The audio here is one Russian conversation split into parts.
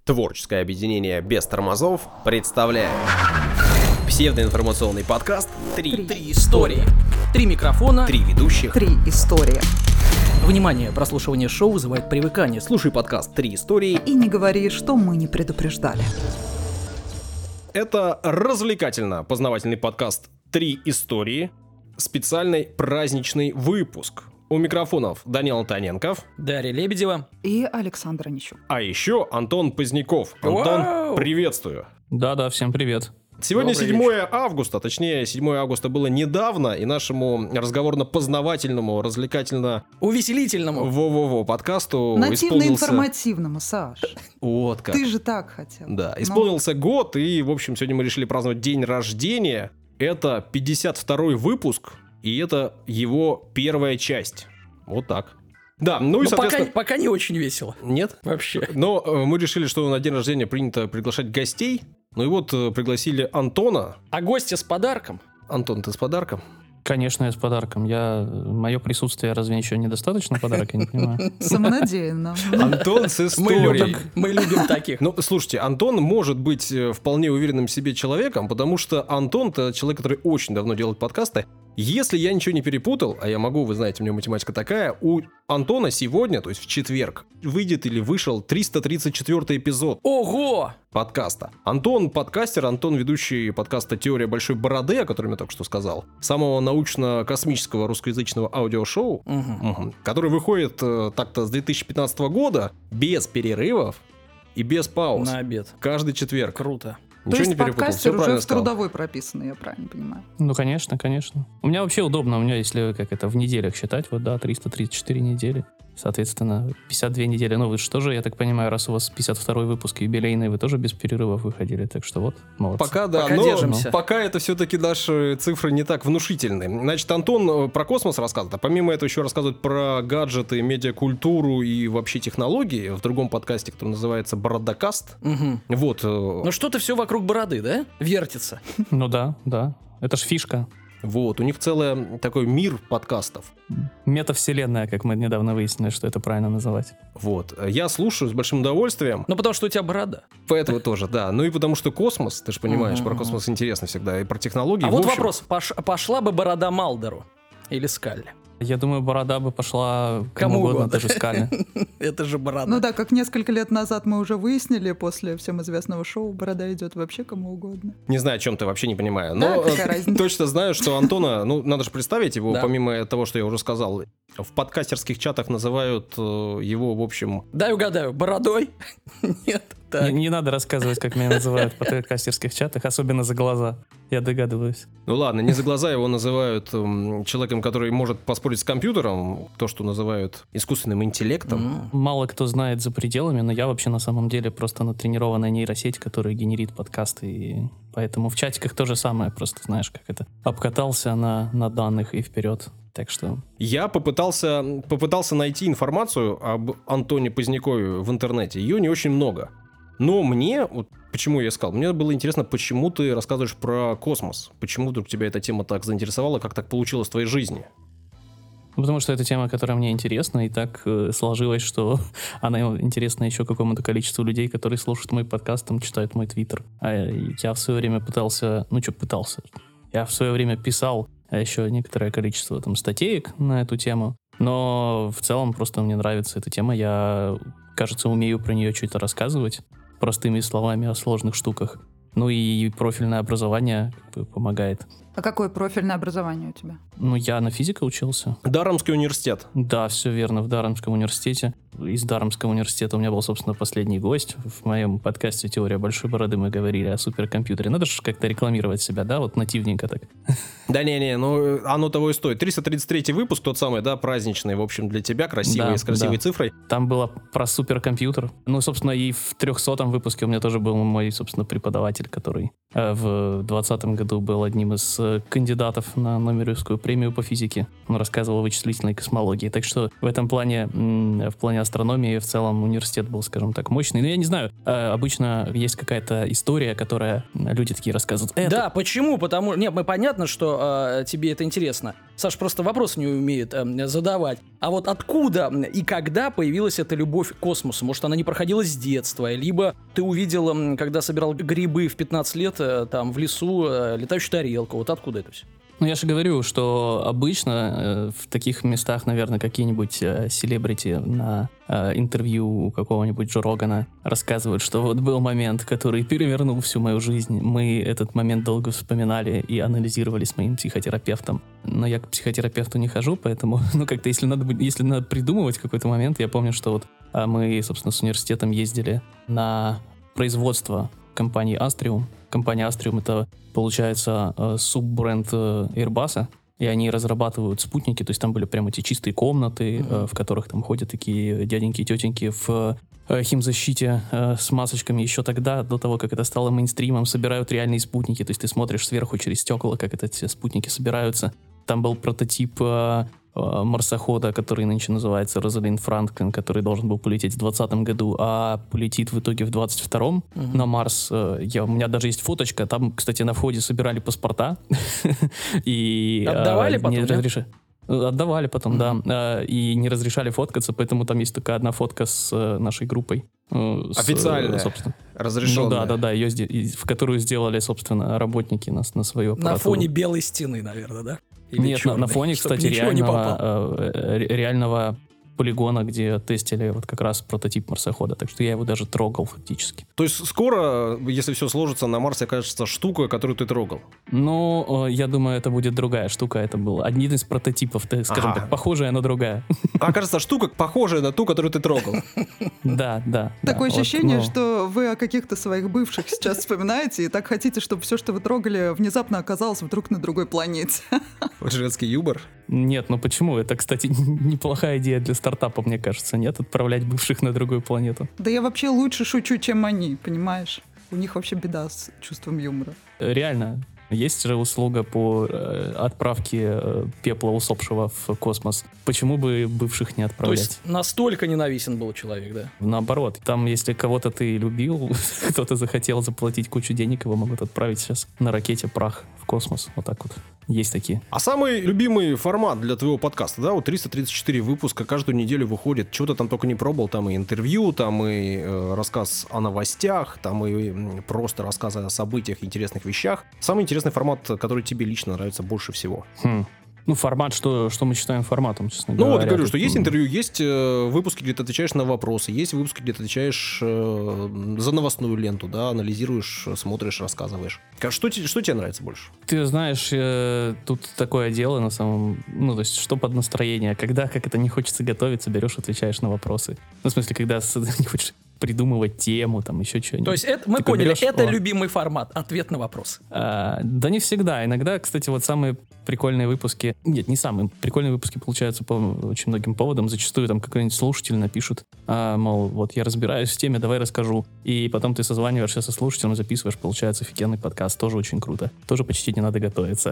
Творческое объединение «Без тормозов» представляет псевдоинформационный подкаст «Три истории». 3 микрофона, 3 ведущих, 3 истории. Внимание, прослушивание шоу вызывает привыкание. Слушай подкаст «3 истории». И не говори, что мы не предупреждали. Это развлекательно-познавательный подкаст «Три истории», специальный праздничный выпуск. У микрофонов Данил Антоненков, Дарья Лебедева И Александр Онищук. а еще Антон Поздняков. Антон, Вау! приветствую. Да, всем привет. Сегодня Добрый 7 августа, точнее 7 августа было недавно, и нашему разговорно-познавательному, развлекательно увеселительному. подкасту Нативно-информативному, Саш. Вот как. Ты же так хотел. Да, исполнился год, и, в общем, сегодня мы решили праздновать день рождения. Это 52-й выпуск, и это его первая часть. Вот так. Да, ну и, Но соответственно... пока не очень весело. Нет? Вообще. Но мы решили, что на день рождения принято приглашать гостей. Ну и вот пригласили Антона. А гости с подарком? Антон, ты с подарком? Конечно, я с подарком. Мое присутствие разве еще недостаточно подарок, я не понимаю. Самонадеянно. Антон с историей. Мы любим таких. Ну, слушайте, Антон может быть вполне уверенным в себе человеком, потому что Антон — это человек, который очень давно делает подкасты. Если я ничего не перепутал, а я могу, вы знаете, у меня математика такая, у Антона сегодня, то есть в четверг, выйдет или вышел 334-й эпизод Ого! подкаста. Антон подкастер, Антон ведущий подкаста «Теория большой бороды», о котором я только что сказал, самого научно-космического русскоязычного аудиошоу, который выходит так-то с 2015 года без перерывов и без пауз. На обед. Каждый четверг. Круто. То Ничего есть не перепутал, подкастер все уже правильно в сказал. трудовой прописан, я правильно понимаю? Ну, конечно. У меня вообще удобно. У меня, если как это в неделях считать, вот да, 334 недели. Соответственно, 52 недели. Ну, вы что же, я так понимаю, раз у вас 52-й выпуск юбилейный, вы тоже без перерывов выходили. Так что вот, молодцы. Пока да, Пока но держимся. пока это все-таки наши цифры не так внушительные. Значит, Антон про космос рассказывает, а помимо этого еще рассказывает про гаджеты, медиакультуру и вообще технологии в другом подкасте, который называется «Бородокаст». Угу. Вот. Ну что-то все вокруг бороды, да? Вертится. Ну да. Это ж фишка. Вот, у них целый такой мир подкастов. Метавселенная, как мы недавно выяснили, что это правильно называть. Вот. Я слушаю с большим удовольствием. Ну потому что у тебя борода. Поэтому тоже, да. Ну и потому что космос, ты же понимаешь, про космос интересно всегда. И про технологии. А в вот общем. вопрос. Пошла бы борода Малдеру? Или Скалли? Я думаю, борода бы пошла Кому кому угодно, угодно. даже Скале. Это же борода. Ну да, как несколько лет назад мы уже выяснили, после всем известного шоу борода идет вообще кому угодно. Не знаю, о чем ты, вообще не понимаю. Да, Но какая разница? точно знаю, что Антона, ну, надо же представить его, Да. помимо того, что я уже сказал, в подкастерских чатах называют его, в общем... Дай угадаю, бородой? Нет. Так. Не надо рассказывать, как меня называют в подкастерских чатах, особенно за глаза. Я догадываюсь. Ну ладно, не за глаза его называют человеком, который может поспорить с компьютером, то, что называют искусственным интеллектом. Мало кто знает за пределами, но я вообще на самом деле просто натренированная нейросеть, которая генерит подкасты, и поэтому в чатиках то же самое, просто знаешь, как это, обкатался на данных и вперед. Так что... Я попытался найти информацию об Антоне Позднякове в интернете, ее не очень много. Но мне, вот почему я искал, мне было интересно, почему ты рассказываешь про космос, почему вдруг тебя эта тема так заинтересовала, как так получилось в твоей жизни? Потому что это тема, которая мне интересна, и так сложилось, что она интересна еще какому-то количеству людей, которые слушают мой подкаст, там, читают мой твиттер. А я в свое время Я в свое время писал еще некоторое количество там статеек на эту тему, но в целом просто мне нравится эта тема. Я, кажется, умею про нее что-то рассказывать простыми словами о сложных штуках. Ну и профильное образование как бы помогает. А какое профильное образование у тебя? Ну, я на физика учился. Дарамский университет. Да, все верно, в Дарамском университете. Из Дарамского университета у меня был, собственно, последний гость. В моем подкасте «Теория большой бороды» мы говорили о суперкомпьютере. Надо же как-то рекламировать себя, да, вот нативненько так. Да не, ну оно того и стоит. 333 выпуск, тот самый, да, праздничный, в общем, для тебя, красивый, Да, с красивой да. цифрой. Там было про суперкомпьютер. Ну, собственно, и в 300-м выпуске у меня тоже был мой, собственно, преподаватель преподаватель, который в 2020 году был одним из кандидатов на Нобелевскую премию по физике. Он рассказывал о вычислительной космологии. Так что в этом плане, в плане астрономии, в целом университет был, скажем так, мощный. Но я не знаю, обычно есть какая-то история, которая люди такие рассказывают. Да, почему? Потому... Нет, понятно, что тебе это интересно. Саш просто вопрос не умеет задавать. А вот откуда и когда появилась эта любовь к космосу? Может, она не проходила с детства? Либо ты увидел, когда собирал грибы в 15 лет, там, в лесу, летающую тарелку. Вот откуда это все? Ну, я же говорю, что обычно в таких местах, наверное, какие-нибудь селебрити на интервью у какого-нибудь Джо Рогана рассказывают, что вот был момент, который перевернул всю мою жизнь. Мы этот момент долго вспоминали и анализировали с моим психотерапевтом. Но я к психотерапевту не хожу, поэтому, ну, как-то, если надо придумывать какой-то момент, я помню, что вот мы, собственно, с университетом ездили на производство компании Astrium. Компания Astrium — это, получается, суббренд Airbus, и они разрабатывают спутники, то есть там были прям эти чистые комнаты, в которых там ходят такие дяденьки и тетеньки в химзащите с масочками еще тогда, до того, как это стало мейнстримом, собирают реальные спутники, то есть ты смотришь сверху через стекла, как эти спутники собираются. Там был прототип марсохода, который нынче называется Розалинд Франклин, который должен был полететь в 2020 году, а полетит в итоге в 2022 на Марс. У меня даже есть фоточка, там, кстати, на входе собирали паспорта. Отдавали потом, Отдавали потом, да. И не разрешали фоткаться, поэтому там есть только одна фотка с нашей группой. Официальная, разрешенная. Ну да, ее, в которую сделали, собственно, работники на свою аппаратуру. На фоне белой стены, наверное, да? Или нет, черный, на фоне, кстати, реального полигона, где тестили вот как раз прототип марсохода. Так что я его даже трогал фактически. То есть скоро, если все сложится, на Марсе окажется штука, которую ты трогал? Ну, я думаю, это будет другая штука. Это был один из прототипов, скажем так, похожая, но другая. Окажется штука, похожая на ту, которую ты трогал. Да. Такое ощущение, что вы о каких-то своих бывших сейчас вспоминаете и так хотите, чтобы все, что вы трогали, внезапно оказалось вдруг на другой планете. Вот женский юмор. Нет, ну почему? Это, кстати, неплохая идея для стартапа, мне кажется, нет? Отправлять бывших на другую планету. Да я вообще лучше шучу, чем они, понимаешь? У них вообще беда с чувством юмора. Реально. Есть же услуга по отправке пепла усопшего в космос. Почему бы бывших не отправлять? То есть настолько ненавистен был человек, да? Наоборот. Там, если кого-то ты любил, кто-то захотел заплатить кучу денег, его могут отправить сейчас на ракете прах в космос. Вот так вот. Есть такие. А самый любимый формат для твоего подкаста, да? Вот 334 выпуска каждую неделю выходит. Чего ты там только не пробовал. Там и интервью, там и рассказ о новостях, там и просто рассказы о событиях, интересных вещах. Самый интересный формат, который тебе лично нравится больше всего? Ну, формат, что мы считаем форматом, честно говоря. Ну, вот я говорю, тут... что есть интервью, есть выпуски, где ты отвечаешь на вопросы, есть выпуски, где ты отвечаешь за новостную ленту, да, анализируешь, смотришь, рассказываешь. Что тебе нравится больше? Ты знаешь, тут такое дело на самом... Ну, то есть, что под настроение, когда, как это не хочется готовиться, берешь, отвечаешь на вопросы. Ну, в смысле, когда не хочешь придумывать тему, там еще что-нибудь. То есть мы поняли, это любимый формат, ответ на вопрос. Да не всегда. Иногда, кстати, вот самые прикольные выпуски... Нет, не самые. Прикольные выпуски получаются по очень многим поводам. Зачастую там какой-нибудь слушатель напишут, мол, вот я разбираюсь в теме, давай расскажу. И потом ты созваниваешься со слушателем, записываешь, получается офигенный подкаст. Тоже очень круто. Тоже почти не надо готовиться.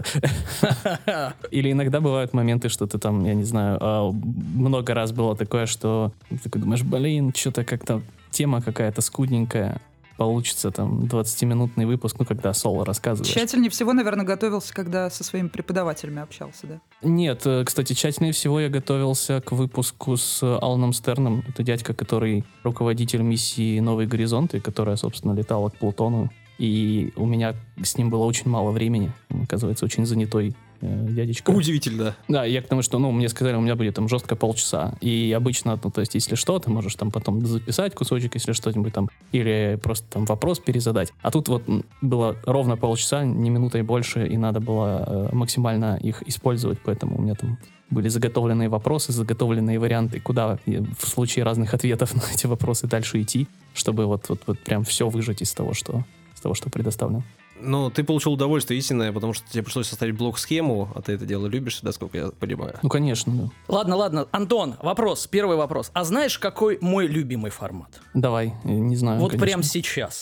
Или иногда бывают моменты, что ты там, я не знаю, много раз было такое, что ты такой думаешь, блин, что-то как-то тема какая-то скудненькая, получится там 20-минутный выпуск, ну, когда соло рассказываешь. Тщательнее всего, наверное, готовился, когда со своими преподавателями общался, да? Нет, кстати, тщательнее всего я готовился к выпуску с Аланом Стерном. Это дядька, который руководитель миссии «Новые горизонты», которая, собственно, летала к Плутону. И у меня с ним было очень мало времени. Он, оказывается, очень занятой дядечка. Удивительно. Да, я к тому, что, мне сказали, у меня будет там жестко полчаса. И обычно, то есть, если что, ты можешь там потом записать кусочек, если что-нибудь там, или просто там вопрос перезадать. А тут вот было ровно полчаса, не минутой больше, и надо было максимально их использовать, поэтому у меня там были заготовленные вопросы, заготовленные варианты, куда в случае разных ответов на эти вопросы дальше идти, чтобы вот прям все выжать из того, что предоставлено. Ну, ты получил удовольствие истинное, потому что тебе пришлось составить блок-схему, а ты это дело любишь, насколько я понимаю. Ну, конечно, да. Ладно. Антон, первый вопрос. А знаешь, какой мой любимый формат? Давай, не знаю, вот конечно. прямо сейчас.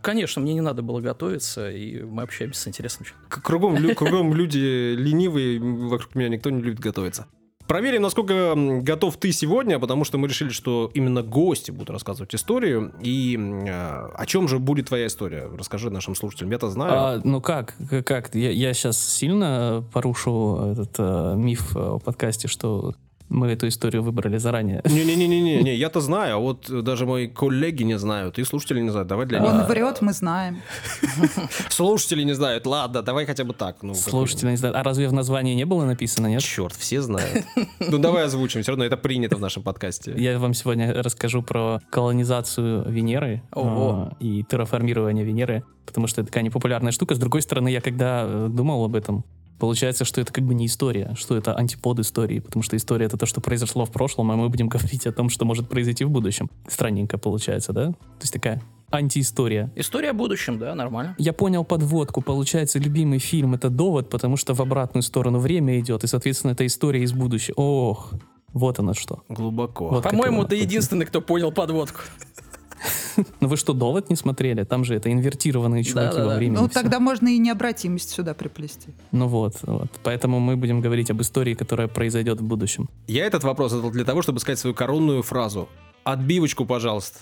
конечно, мне не надо было готовиться, и мы общаемся с интересным человеком. Кругом люди ленивые, вокруг меня никто не любит готовиться. Проверим, насколько готов ты сегодня, потому что мы решили, что именно гости будут рассказывать историю. И о чем же будет твоя история? Расскажи нашим слушателям, я-то знаю. Ну как? Я сейчас сильно порушу этот миф о подкасте, что мы эту историю выбрали заранее. Не, я-то знаю, а вот даже мои коллеги не знают, и слушатели не знают. Давай для них. Он врет, мы знаем. Слушатели не знают, ладно, давай хотя бы так. Слушатели не знают. А разве в названии не было написано, нет? Черт, все знают. Ну давай озвучим, все равно это принято в нашем подкасте. Я вам сегодня расскажу про колонизацию Венеры и терраформирование Венеры, потому что это такая непопулярная штука. С другой стороны, я когда думал об этом, получается, что это как бы не история, что это антипод истории, потому что история — это то, что произошло в прошлом, а мы будем говорить о том, что может произойти в будущем. Странненько получается, да? То есть такая антиистория. История о будущем, да, нормально. Я понял подводку. Получается, любимый фильм — это «Довод», потому что в обратную сторону время идет, и, соответственно, это история из будущего. Ох, вот оно что. Глубоко. Вот По-моему, ты единственный, кто понял подводку. Ну вы что, «Довод» не смотрели? Там же это инвертированные чуваки во времени. Ну всё. тогда можно и необратимость сюда приплести. Ну вот. Поэтому мы будем говорить об истории, которая произойдет в будущем. Я этот вопрос задал для того, чтобы сказать свою коронную фразу. Отбивочку, пожалуйста.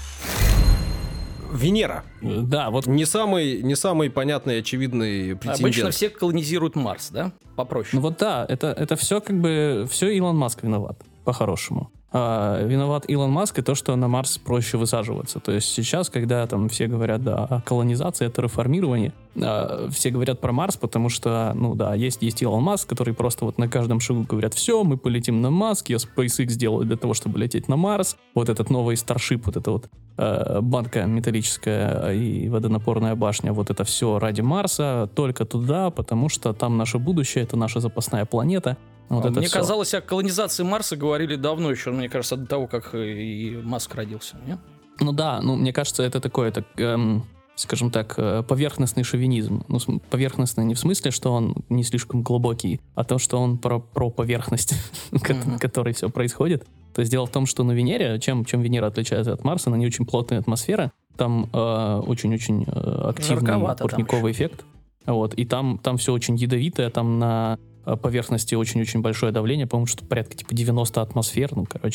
Венера. Да, вот. Не самый понятный и очевидный претендент. Обычно все колонизируют Марс, да? Попроще. Ну вот да, это все как бы, все Илон Маск виноват, по-хорошему. Виноват Илон Маск и то, что на Марс проще высаживаться. То есть сейчас, когда там все говорят, да, о колонизации, о терраформировании, все говорят про Марс, потому что, ну да, есть Илон Маск, который просто вот на каждом шагу говорят: все, мы полетим на Марс, я SpaceX делаю для того, чтобы лететь на Марс. Вот этот новый Starship, вот эта вот банка металлическая и водонапорная башня, вот это все ради Марса, только туда, потому что там наше будущее, это наша запасная планета. Вот это Мне всё. казалось, о колонизации Марса говорили давно еще, мне кажется, до того, как и Маск родился. Нет? Ну да, мне кажется, это такое, скажем так, поверхностный шовинизм. Ну, поверхностный не в смысле, что он не слишком глубокий, а то, что он про поверхность, которой все происходит. То есть дело в том, что на Венере, чем Венера отличается от Марса, на ней очень плотная атмосфера, там очень-очень активный Жарковато парниковый эффект. Вот, и там все очень ядовитое, там на поверхности очень-очень большое давление, по-моему, что порядка типа 90 атмосфер,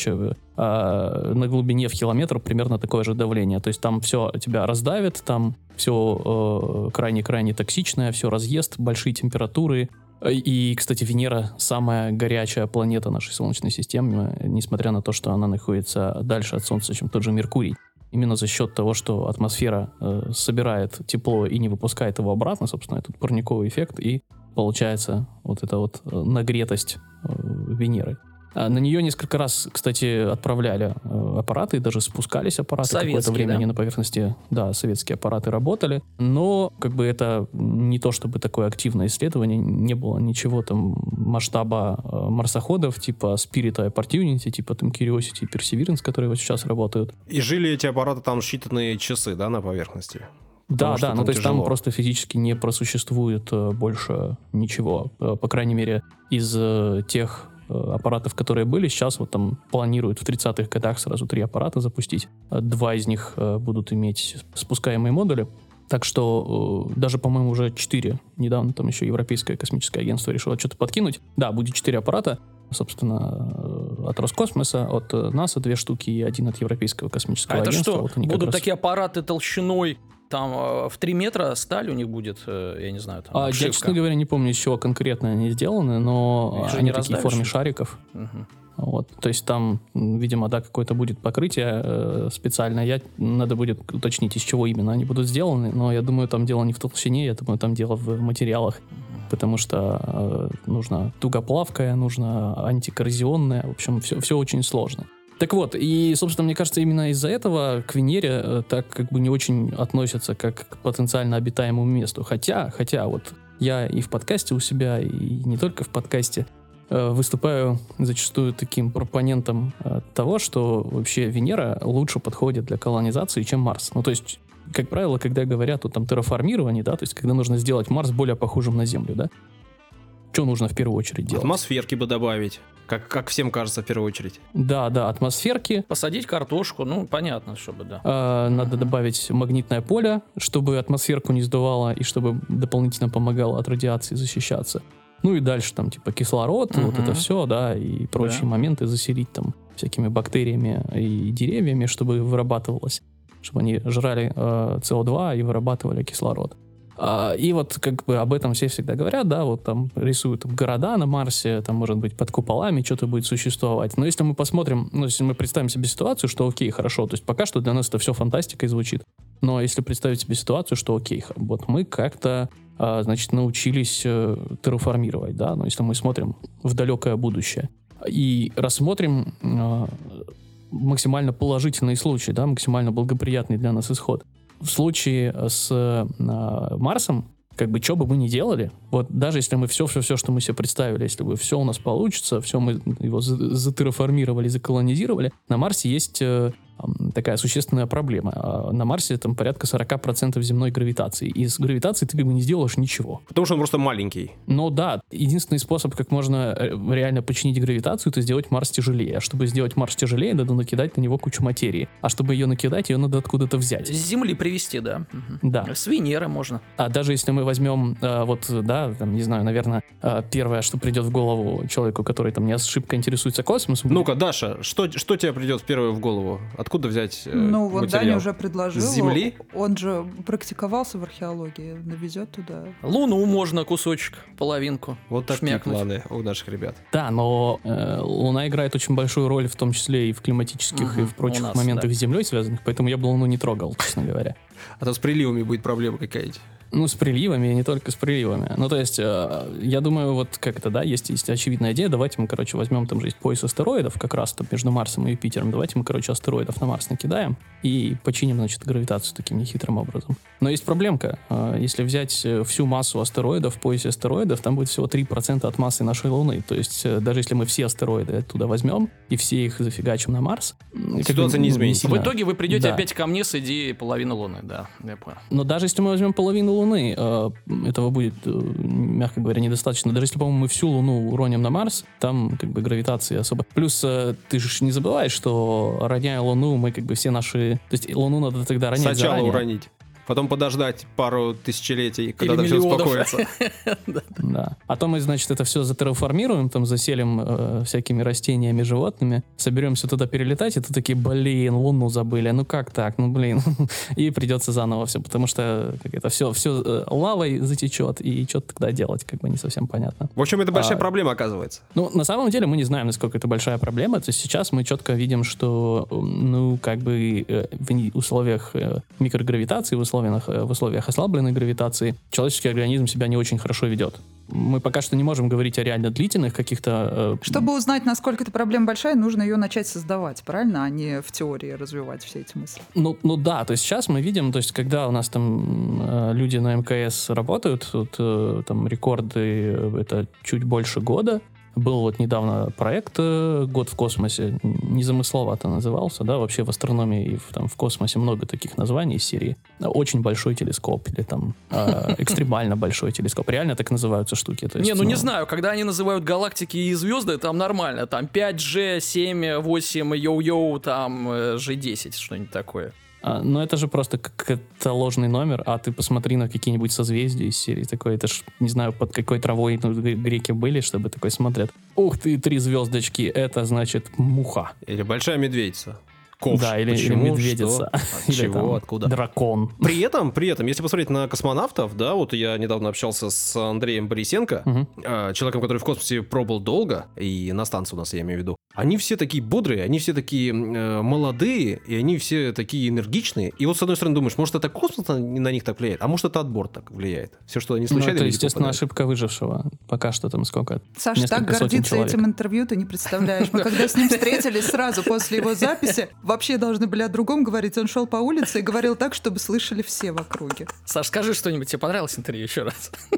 на глубине в километр примерно такое же давление, то есть там все тебя раздавит, там все крайне-крайне токсичное, все разъест, большие температуры. И, кстати, Венера самая горячая планета нашей Солнечной системы, несмотря на то, что она находится дальше от Солнца, чем тот же Меркурий. Именно за счет того, что атмосфера собирает тепло и не выпускает его обратно, собственно, этот парниковый эффект, и получается вот эта вот нагретость Венеры. На нее несколько раз, кстати, отправляли аппараты, даже спускались аппараты. Какое-то время они на поверхности, да, советские аппараты работали, но как бы это не то чтобы такое активное исследование, не было ничего там масштаба марсоходов типа Spirit Opportunity, типа там Curiosity и Perseverance, которые вот сейчас работают. И жили эти аппараты там считанные часы, да, на поверхности? Да, ну то есть там просто физически не просуществует больше ничего. По крайней мере, из тех аппаратов, которые были, сейчас вот там планируют в 30-х годах сразу 3 аппарата запустить. 2 из них будут иметь спускаемые модули. Так что даже, по-моему, уже 4. Недавно там еще Европейское космическое агентство решило что-то подкинуть. Да, будет 4 аппарата. Собственно, от Роскосмоса, от НАСА 2 штуки и 1 от Европейского космического агентства. Это что, вот будут такие аппараты толщиной там в 3 метра сталь у них будет, я не знаю, там я, честно говоря, не помню, из чего конкретно они сделаны, но они такие в форме шариков. Вот, то есть там, видимо, да, какое-то будет покрытие специальное. Надо будет уточнить, из чего именно они будут сделаны, но я думаю, там дело не в толщине, я думаю, там дело в материалах, потому что нужно тугоплавкое, нужно антикоррозионное, в общем, все очень сложно. Так вот, и, собственно, мне кажется, именно из-за этого к Венере так как бы не очень относятся как к потенциально обитаемому месту. Хотя вот я и в подкасте у себя, и не только в подкасте выступаю зачастую таким пропонентом того, что вообще Венера лучше подходит для колонизации, чем Марс. Ну, то есть, как правило, когда говорят о там терраформировании, да, то есть, когда нужно сделать Марс более похожим на Землю, да, что нужно в первую очередь делать? Атмосферки бы добавить. Как всем кажется в первую очередь. Да, атмосферки. Посадить картошку, ну, понятно, чтобы, да. Надо добавить магнитное поле, чтобы атмосферку не сдувало и чтобы дополнительно помогало от радиации защищаться. Ну и дальше там типа кислород, вот это все, да, и прочие моменты заселить там всякими бактериями и деревьями, чтобы вырабатывалось, чтобы они жрали СО2 и вырабатывали кислород. И вот как бы об этом все всегда говорят, да, вот там рисуют города на Марсе, там может быть под куполами что-то будет существовать. Но если мы посмотрим, ну если мы представим себе ситуацию, что окей, хорошо, то есть пока что для нас это все фантастикой звучит. Но если представить себе ситуацию, что окей, вот мы как-то, значит, научились терраформировать, да, но если мы смотрим в далекое будущее и рассмотрим максимально положительный случай, да, максимально благоприятный для нас исход. В случае с Марсом, как бы, что бы мы ни делали, вот даже если мы все, что мы себе представили, если бы все у нас получится, все мы его затерраформировали, заколонизировали, на Марсе есть такая существенная проблема. На Марсе там порядка 40% земной гравитации. И с гравитацией ты как бы не сделаешь ничего. Потому что он просто маленький. Но да, единственный способ, как можно реально починить гравитацию, это сделать Марс тяжелее. А чтобы сделать Марс тяжелее, надо накидать на него кучу материи. А чтобы ее накидать, ее надо откуда-то взять. С Земли привезти, да. Да. С Венеры можно. А даже если мы возьмем, вот, да, там, не знаю, наверное, первое, что придет в голову человеку, который там не шибко интересуется космосом. Ну-ка, Даша, что тебе придет первое в голову? Откуда взять Ну, вот материал? Даня уже предложил. С Земли? Он же практиковался в археологии, навезет туда. Луну можно кусочек, половинку. Вот такие шмякнуть. планы у наших ребят. Да, но Луна играет очень большую роль, в том числе и в климатических, и в прочих у нас, моментах да. с Землей связанных, поэтому я бы Луну не трогал, честно говоря. А то с приливами будет проблема какая-нибудь. Ну, с приливами, и не только с приливами. Ну, то есть, я думаю, вот как это, да, есть очевидная идея, давайте мы, короче, возьмем, там же есть пояс астероидов, как раз там между Марсом и Юпитером, давайте мы, короче, астероидов на Марс накидаем и починим, значит, гравитацию таким нехитрым образом. Но есть проблемка. Если взять всю массу астероидов в поясе астероидов, там будет всего 3% от массы нашей Луны. То есть, даже если мы все астероиды оттуда возьмем и все их зафигачим на Марс... Ситуация не изменится. В итоге вы придете Да. опять ко мне с идеей половины Луны, да, я понял. Но даже если мы возьмем половину Луны, этого будет, мягко говоря, недостаточно. Даже если, по-моему, мы всю Луну уроним на Марс, там как бы гравитации особо. Плюс ты же не забывай, что роняя Луну, мы как бы все наши... То есть Луну надо тогда ронять Сначала заранее. уронить. Потом подождать пару тысячелетий, когда там все миллионов. успокоится. Да. А то мы, значит, это все затерраформируем, там заселим всякими растениями, животными, соберемся туда перелетать, и тут такие, блин, Луну забыли, ну как так, ну блин. И придется заново все, потому что как это все лавой затечет, и что тогда делать, как бы не совсем понятно. В общем, это большая проблема, оказывается. Ну, на самом деле мы не знаем, насколько это большая проблема. То есть сейчас мы четко видим, что, ну, как бы в условиях микрогравитации, в условиях ослабленной гравитации человеческий организм себя не очень хорошо ведет. Мы пока что не можем говорить о реально длительных каких-то... Чтобы узнать, насколько эта проблема большая, нужно ее начать создавать, правильно? А не в теории развивать все эти мысли. Ну да, то есть сейчас мы видим, то есть когда у нас там люди на МКС работают, вот, там рекорды это чуть больше года. Был вот недавно проект «Год в космосе», незамысловато назывался, да, вообще в астрономии и в космосе много таких названий из серии. Очень большой телескоп или там экстремально большой телескоп. Реально так называются штуки. То есть, Не, ну не знаю, когда они называют галактики и звезды, там нормально, там 5G, 7, 8, йоу-йоу, там G10, что-нибудь такое. Но это же просто какой-то ложный номер, а ты посмотри на какие-нибудь созвездия из серии такой, это ж, не знаю, под какой травой греки были, чтобы такой смотрят. Ух ты, 3 звездочки, это значит муха. Или большая медведица. Ковш. Да, или Почему? медведица. Что? Или Чего? там Откуда? дракон. При этом, если посмотреть на космонавтов, да, вот я недавно общался с Андреем Борисенко, человеком, который в космосе пробыл долго, и на станции у нас, я имею в виду. Они все такие бодрые, они все такие молодые, и они все такие энергичные. И вот, с одной стороны, думаешь, может, это космос на них так влияет, а может, это отбор так влияет. Все, что они случайно... Это, естественно, ошибка выжившего. Пока что там сколько? Саша так Несколько сотен гордится человек. этим интервью, ты не представляешь. Мы когда с ним встретились сразу после его записи, вообще должны были о другом говорить. Он шел по улице и говорил так, чтобы слышали все в округе. Саш, скажи что-нибудь, тебе понравилось интервью еще раз?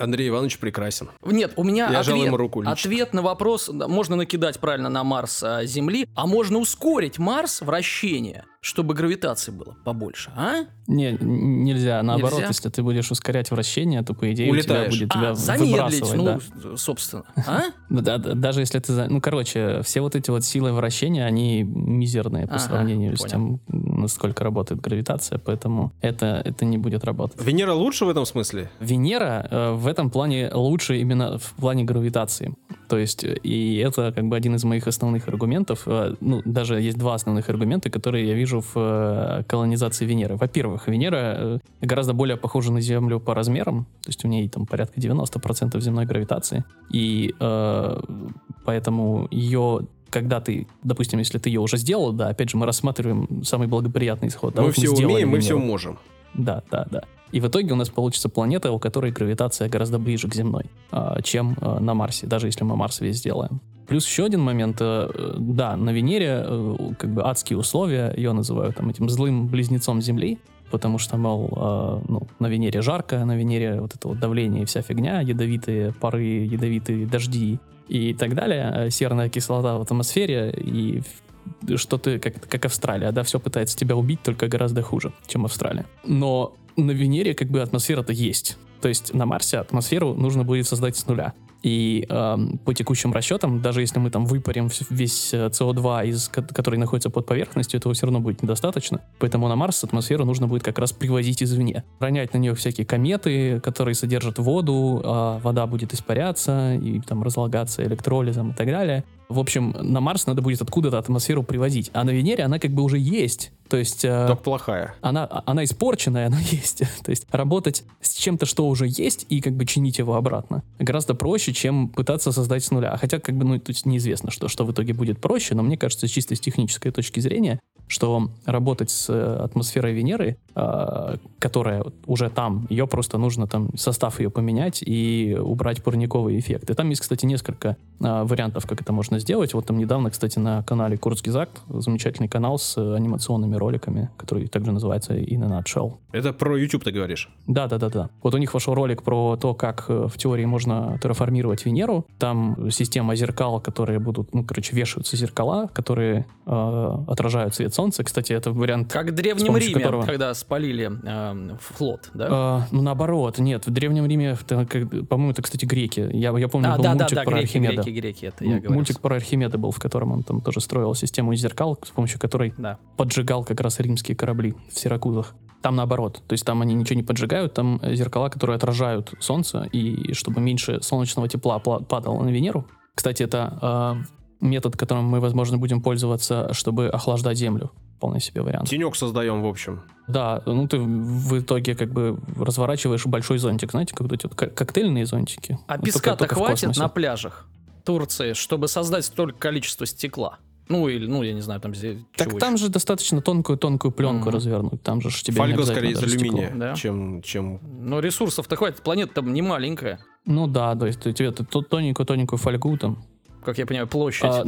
Андрей Иванович прекрасен. Нет, у меня Я жал ему руку лично. ответ на вопрос, можно накидать правильно на Марс Земли, а можно ускорить Марс вращение, чтобы гравитации было побольше, а? Не, нельзя. Наоборот, Нельзя? если ты будешь ускорять вращение, то, по идее, Улетаешь. у тебя будет тебя замедлить, выбрасывать, собственно, а? да. Даже если ты... Ну, короче, все вот эти вот силы вращения, они мизерные по сравнению с тем, насколько работает гравитация, поэтому это не будет работать. Венера лучше в этом смысле? Венера в этом плане лучше именно в плане гравитации. То есть, и это как бы один из моих основных аргументов. Ну, даже есть два основных аргумента, которые я вижу в колонизации Венеры. Во-первых, Венера гораздо более похожа на Землю по размерам, то есть у нее там порядка 90% земной гравитации, и поэтому ее... Когда ты, допустим, если ты ее уже сделал, да, опять же, мы рассматриваем самый благоприятный исход. Мы все умеем, мы Венеру. все можем. Да. И в итоге у нас получится планета, у которой гравитация гораздо ближе к земной, чем на Марсе, даже если мы Марс весь сделаем. Плюс еще один момент, да, на Венере как бы адские условия, ее называют там этим злым близнецом Земли, потому что, мол, на Венере жарко, на Венере вот это вот давление и вся фигня, ядовитые пары, ядовитые дожди и так далее, серная кислота в атмосфере, и что ты, как Австралия, да, все пытается тебя убить, только гораздо хуже, чем Австралия. Но на Венере как бы атмосфера-то есть. То есть на Марсе атмосферу нужно будет создать с нуля. И по текущим расчетам, даже если мы там выпарим весь СО2, который находится под поверхностью, этого все равно будет недостаточно. Поэтому на Марс атмосферу нужно будет как раз привозить извне. Ронять на нее всякие кометы, которые содержат воду, вода будет испаряться и там разлагаться электролизом и так далее. В общем, на Марс надо будет откуда-то атмосферу привозить. А на Венере она как бы уже есть. То есть... Только плохая. Она испорченная, она есть. То есть работать с чем-то, что уже есть, и как бы чинить его обратно, гораздо проще, чем пытаться создать с нуля. Хотя как бы, тут неизвестно, что в итоге будет проще, но мне кажется, чисто с технической точки зрения, что работать с атмосферой Венеры, которая уже там, ее просто нужно там состав ее поменять и убрать парниковый эффект. И там есть, кстати, несколько вариантов, как это можно сделать. Вот там недавно, кстати, на канале Kurzgesagt, замечательный канал с анимационными роликами, который также называется In a Nutshell. Это про YouTube ты говоришь? Да. Вот у них вошел ролик про то, как в теории можно терраформировать Венеру. Там система зеркал, которые будут, вешаются зеркала, которые отражают свет солнца. Кстати, это вариант... Как в Древнем Риме, когда спалили флот, да? Наоборот, нет, в Древнем Риме, по-моему, это, кстати, греки. Я помню, был мультик про Архимеда. Греки, это я говорю. Мультик про Архимеда был, в котором он там тоже строил систему из зеркал, с помощью которой поджигал как раз римские корабли в Сиракузах. Там наоборот, то есть там они ничего не поджигают, там зеркала, которые отражают солнце, и чтобы меньше солнечного тепла падало на Венеру. Кстати, это метод, которым мы, возможно, будем пользоваться, чтобы охлаждать Землю. Вполне себе вариант. Тенек создаем, в общем. Да, ты в итоге как бы разворачиваешь большой зонтик, знаете, как вот эти вот коктейльные зонтики. А песка-то хватит на пляжах Турции, чтобы создать столько количества стекла? Я не знаю, там здесь... Так там же достаточно тонкую пленку развернуть. Там же тебе фольга не скорее из алюминия, да? чем... Но ресурсов-то хватит, планета там не маленькая. Ну да, то есть тебе тоненькую фольгу там... Как я понимаю, площадь.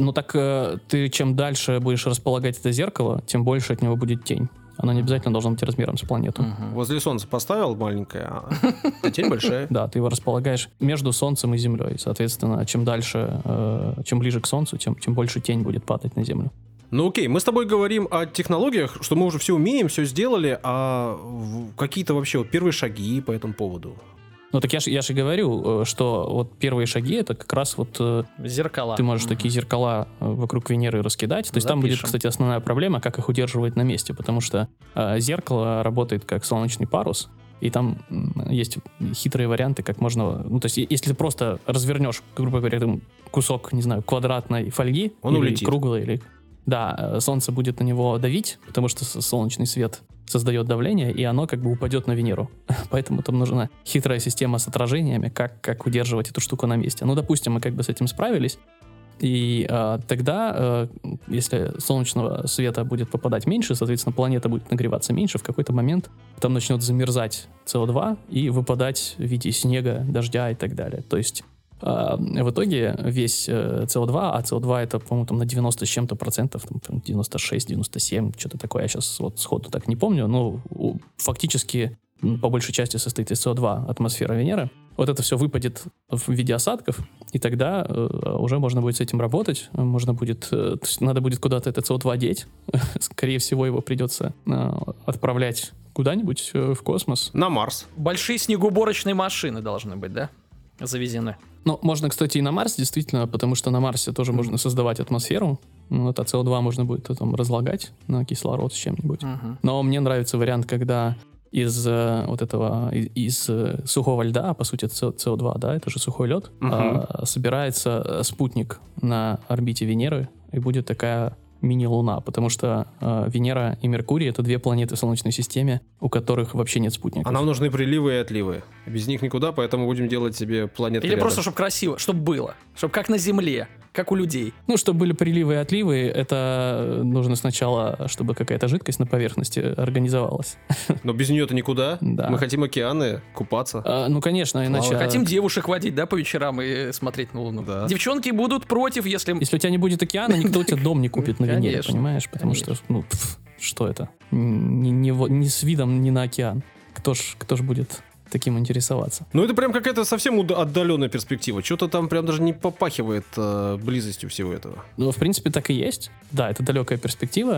Ты чем дальше будешь располагать это зеркало, тем больше от него будет тень. Оно не обязательно должно быть размером с планету. Возле Солнца поставил маленькое, а тень большая. Да, ты его располагаешь между Солнцем и Землей. Соответственно, чем дальше, чем ближе к Солнцу, тем больше тень будет падать на Землю. Ну окей, мы с тобой говорим о технологиях, что мы уже все умеем, все сделали, а какие-то вообще первые шаги по этому поводу? Ну так я же говорю, что вот первые шаги это как раз вот зеркала. Ты можешь такие зеркала вокруг Венеры раскидать. То есть там будет, кстати, основная проблема, как их удерживать на месте, потому что зеркало работает как солнечный парус, и там есть хитрые варианты, как можно... то есть если ты просто развернешь, грубо говоря, кусок, не знаю, квадратной фольги, он или улетит. Круглой, или... Да, солнце будет на него давить, потому что солнечный свет создает давление, и оно как бы упадет на Венеру. Поэтому там нужна хитрая система с отражениями, как удерживать эту штуку на месте. Допустим, мы как бы с этим справились, и тогда, если солнечного света будет попадать меньше, соответственно, планета будет нагреваться меньше, в какой-то момент там начнет замерзать СО2 и выпадать в виде снега, дождя и так далее. То есть в итоге весь СО2, а СО2 это, по-моему, там на 90 с чем-то процентов, там 96, 97, что-то такое, я сейчас вот сходу так не помню, но фактически по большей части состоит из СО2 атмосфера Венеры. вот это все выпадет в виде осадков, и тогда уже можно будет с этим работать, можно будет, то есть надо будет куда-то это СО2 деть, скорее всего его придется отправлять куда-нибудь в космос. На Марс. Большие снегоуборочные машины должны быть, да? Завезены. Ну, можно, кстати, и на Марс, действительно, потому что на Марсе тоже можно создавать атмосферу. Вот, а СО2 можно будет потом разлагать на кислород с чем-нибудь. Но мне нравится вариант, когда из сухого льда, по сути, СО2, да, это же сухой лед, собирается спутник на орбите Венеры, и будет такая мини-луна, потому что Венера и Меркурий — это две планеты в Солнечной системе, у которых вообще нет спутников. А нам нужны приливы и отливы. Без них никуда, поэтому будем делать себе планеты Или рядом. просто, чтобы красиво, чтобы было. Чтобы как на Земле, как у людей. Ну, чтобы были приливы и отливы, это нужно сначала, чтобы какая-то жидкость на поверхности организовалась. Но без нее-то никуда. Да. Мы хотим океаны, купаться. Ну, конечно, иначе... Хотим девушек водить, да, по вечерам и смотреть на Луну. Да. Девчонки будут против, если... Если у тебя не будет океана, никто у тебя дом не купит на Венере, Конечно, понимаешь? Потому конечно. что, что это? Ни с видом, ни на океан. Кто ж будет таким интересоваться? Ну, это прям какая-то совсем отдаленная перспектива. Что-то там прям даже не попахивает близостью всего этого. Ну, в принципе, так и есть. Да, это далекая перспектива,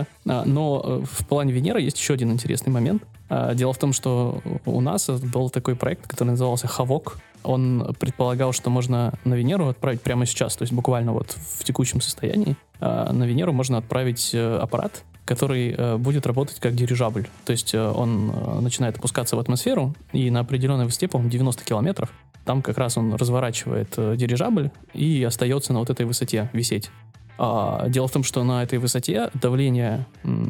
но в плане Венеры есть еще один интересный момент. Дело в том, что у нас был такой проект, который назывался «Хавок». Он предполагал, что можно на Венеру отправить прямо сейчас, то есть буквально вот в текущем состоянии. На Венеру можно отправить аппарат, который будет работать как дирижабль. То есть он начинает опускаться в атмосферу, и на определенной высоте, по-моему, 90 километров, там как раз он разворачивает дирижабль и остается на вот этой высоте висеть. Дело в том, что на этой высоте давление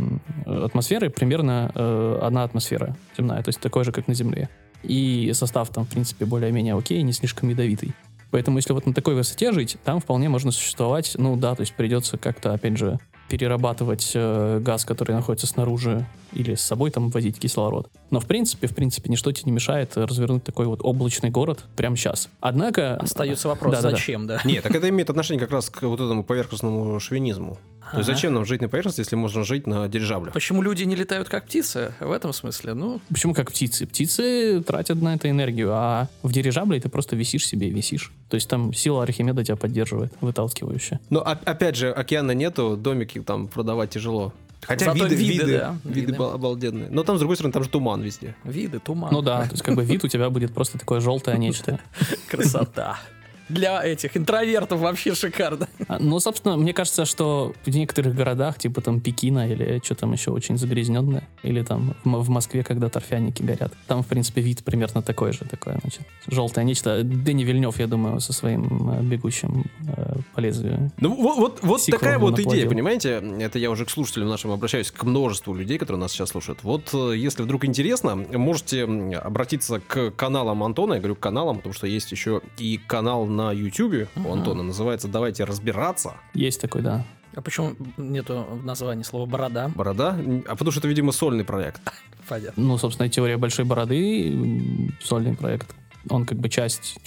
атмосферы примерно 1 атмосфера земная, то есть такое же, как на Земле. И состав там, в принципе, более-менее окей, не слишком ядовитый. Поэтому, если вот на такой высоте жить, там вполне можно существовать. Ну да, то есть придется как-то, опять же, перерабатывать газ, который находится снаружи, или с собой там возить кислород. Но в принципе, ничто тебе не мешает развернуть такой вот облачный город прямо сейчас. Однако... Остается вопрос, зачем, да? Нет, так это имеет отношение как раз к вот этому поверхностному шовинизму. То есть зачем нам жить на поверхности, если можно жить на дирижаблях? Почему люди не летают как птицы? В этом смысле, Почему как птицы? Птицы тратят на это энергию, а в дирижабле ты просто висишь себе и висишь. То есть там сила Архимеда тебя поддерживает, выталкивающая. Но опять же, океана нету, домики там продавать тяжело. Хотя Зато виды виды. обалденные. Но там, с другой стороны, там же туман везде. Виды, туман. Ну да, то есть как бы вид у тебя будет просто такое желтое нечто. Красота. Для этих интровертов вообще шикарно. Ну, собственно, мне кажется, что в некоторых городах, типа там Пекина или что там еще очень загрязненное, или там в Москве, когда торфяники горят, там, в принципе, вид примерно такой же, такое, значит, желтое нечто. Дэни Вильнев, я думаю, со своим бегущим по лезвию. Ну, вот такая вот идея, наплодил. понимаете? Это я уже к слушателям нашим обращаюсь, к множеству людей, которые нас сейчас слушают. Вот если вдруг интересно, можете обратиться к каналам Антона. Я говорю к каналам, потому что есть еще и канал на Ютубе у Антона, называется «Давайте разбираться». Есть такой, да. А почему нету в названии слова «борода»? Борода? А потому что это, видимо, сольный проект. Понятно. Ну, собственно, теория большой бороды, сольный проект. Он как бы часть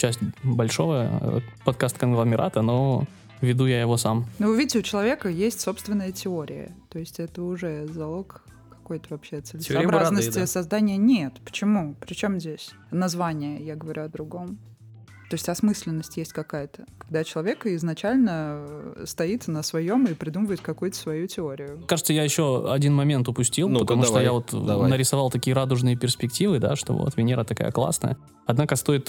большого подкаст-конгломерата, но веду я его сам. Ну, вы видите, у человека есть собственная теория. То есть это уже залог какой-то вообще целесообразности бороды, да. создания. Нет. Почему? Причем здесь название, я говорю о другом. То есть осмысленность есть какая-то. Когда человек изначально стоит на своем и придумывает какую-то свою теорию. Кажется, я еще один момент упустил, Ну-ка, потому что давай, я вот давай. нарисовал такие радужные перспективы, да, что вот Венера такая классная. Однако стоит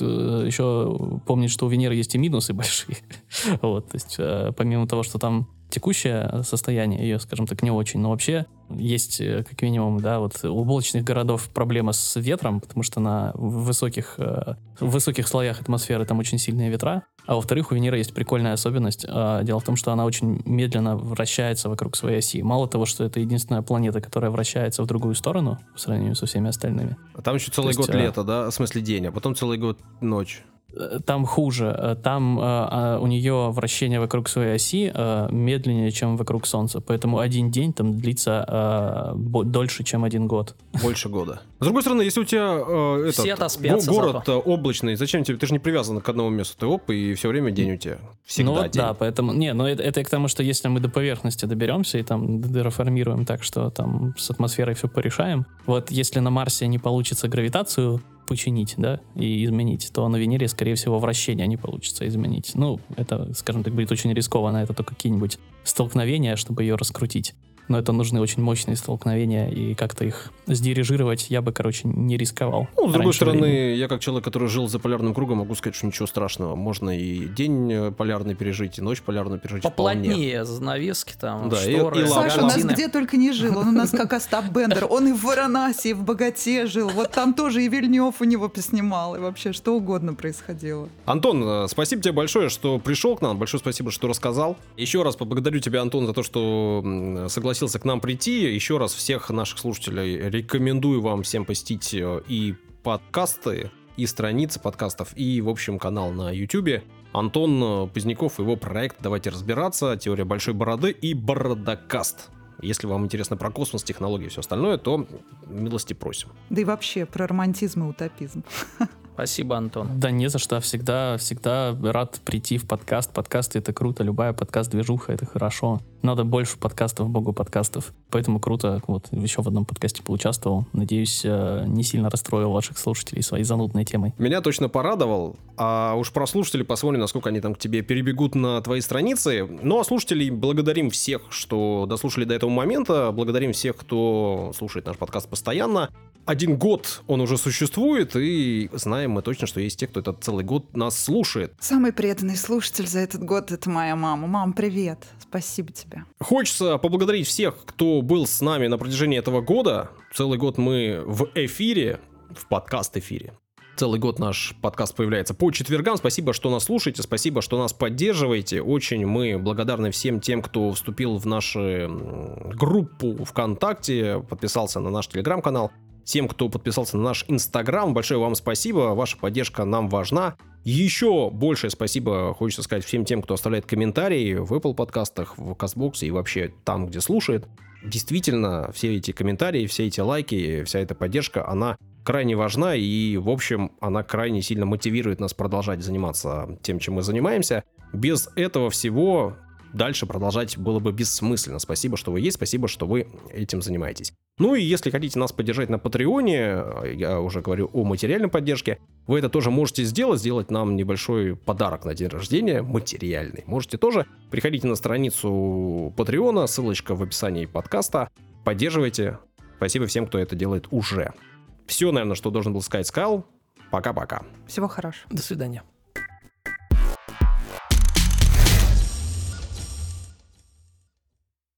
еще помнить, что у Венеры есть и минусы большие. Вот, то есть помимо того, что там текущее состояние ее, скажем так, не очень, но вообще есть, как минимум, да, вот у облачных городов проблема с ветром, потому что на высоких слоях атмосферы там очень сильные ветра, а во-вторых, у Венеры есть прикольная особенность. Дело в том, что она очень медленно вращается вокруг своей оси. Мало того, что это единственная планета, которая вращается в другую сторону по сравнению со всеми остальными. А там еще целый То есть, год лето, да? В смысле день, а потом целый год ночь. Там хуже. Там у нее вращение вокруг своей оси медленнее, чем вокруг Солнца. Поэтому один день там длится дольше, чем 1 год. Больше года. С другой стороны, если у тебя Все отоспятся город облачный, зачем тебе? Ты же не привязан к одному месту. Ты оп, и все время день у тебя. Всегда Ну вот день. да, поэтому... Не, ну это к тому, что если мы до поверхности доберемся и там терраформируем так, что там с атмосферой все порешаем, вот если на Марсе не получится гравитацию починить, да, и изменить, то на Венере, скорее всего, вращение не получится изменить. Ну, это, скажем так, будет очень рискованно, это только какие-нибудь столкновения, чтобы ее раскрутить. Но это нужны очень мощные столкновения, и как-то их сдирижировать я бы, не рисковал. Ну, с другой стороны, времени. я как человек, который жил за полярным кругом, могу сказать, что ничего страшного. Можно и день полярный пережить, и ночь полярную пережить вполне. Поплотнее занавески там, Да, шторы, и Саша у нас гардины. где только не жил. Он у нас как Остап Бендер. Он и в Варанаси, и в Богате жил. Вот там тоже и Вильнёв у него поснимал. И вообще что угодно происходило. Антон, спасибо тебе большое, что пришел к нам. Большое спасибо, что рассказал. Еще раз поблагодарю тебя, Антон, за то, что согласился к нам прийти. Еще раз всех наших слушателей рекомендую вам всем посетить и подкасты, и страницы подкастов, и, в общем, канал на YouTube. Антон Поздняков, его проект «Давайте разбираться», «Теория большой бороды» и «Бородокаст». Если вам интересно про космос, технологии и все остальное, то милости просим. Да и вообще про романтизм и утопизм. Спасибо, Антон. Да не за что, всегда рад прийти в подкаст. Подкасты — это круто, любая подкаст-движуха — это хорошо. Надо больше подкастов, богу подкастов. Поэтому круто, вот еще в одном подкасте поучаствовал. Надеюсь, не сильно расстроил ваших слушателей своей занудной темой. Меня точно порадовал, а уж про слушателей посмотрим, насколько они там к тебе перебегут на твои страницы. Ну, а слушателей благодарим всех, что дослушали до этого момента, благодарим всех, кто слушает наш подкаст постоянно. 1 год он уже существует, и знаем мы точно, что есть те, кто этот целый год нас слушает. Самый преданный слушатель за этот год — это моя мама. Мам, привет. Спасибо тебе. Хочется поблагодарить всех, кто был с нами на протяжении этого года. Целый год мы в эфире, в подкаст-эфире. Целый год наш подкаст появляется по четвергам. Спасибо, что нас слушаете, спасибо, что нас поддерживаете. Очень мы благодарны всем тем, кто вступил в нашу группу ВКонтакте, подписался на наш телеграм-канал. Тем, кто подписался на наш Инстаграм, большое вам спасибо, ваша поддержка нам важна. Еще большее спасибо хочется сказать всем тем, кто оставляет комментарии в Apple подкастах, в Castbox и вообще там, где слушает. Действительно, все эти комментарии, все эти лайки, вся эта поддержка, она крайне важна и, в общем, она крайне сильно мотивирует нас продолжать заниматься тем, чем мы занимаемся. Без этого всего дальше продолжать было бы бессмысленно. Спасибо, что вы есть, спасибо, что вы этим занимаетесь. Ну и если хотите нас поддержать на Патреоне, я уже говорю о материальной поддержке, вы это тоже можете сделать нам небольшой подарок на день рождения, материальный. Можете тоже. Приходите на страницу Патреона, ссылочка в описании подкаста. Поддерживайте. Спасибо всем, кто это делает уже. Все, наверное, что должен был сказать, сказал. Пока-пока. Всего хорошего. До свидания.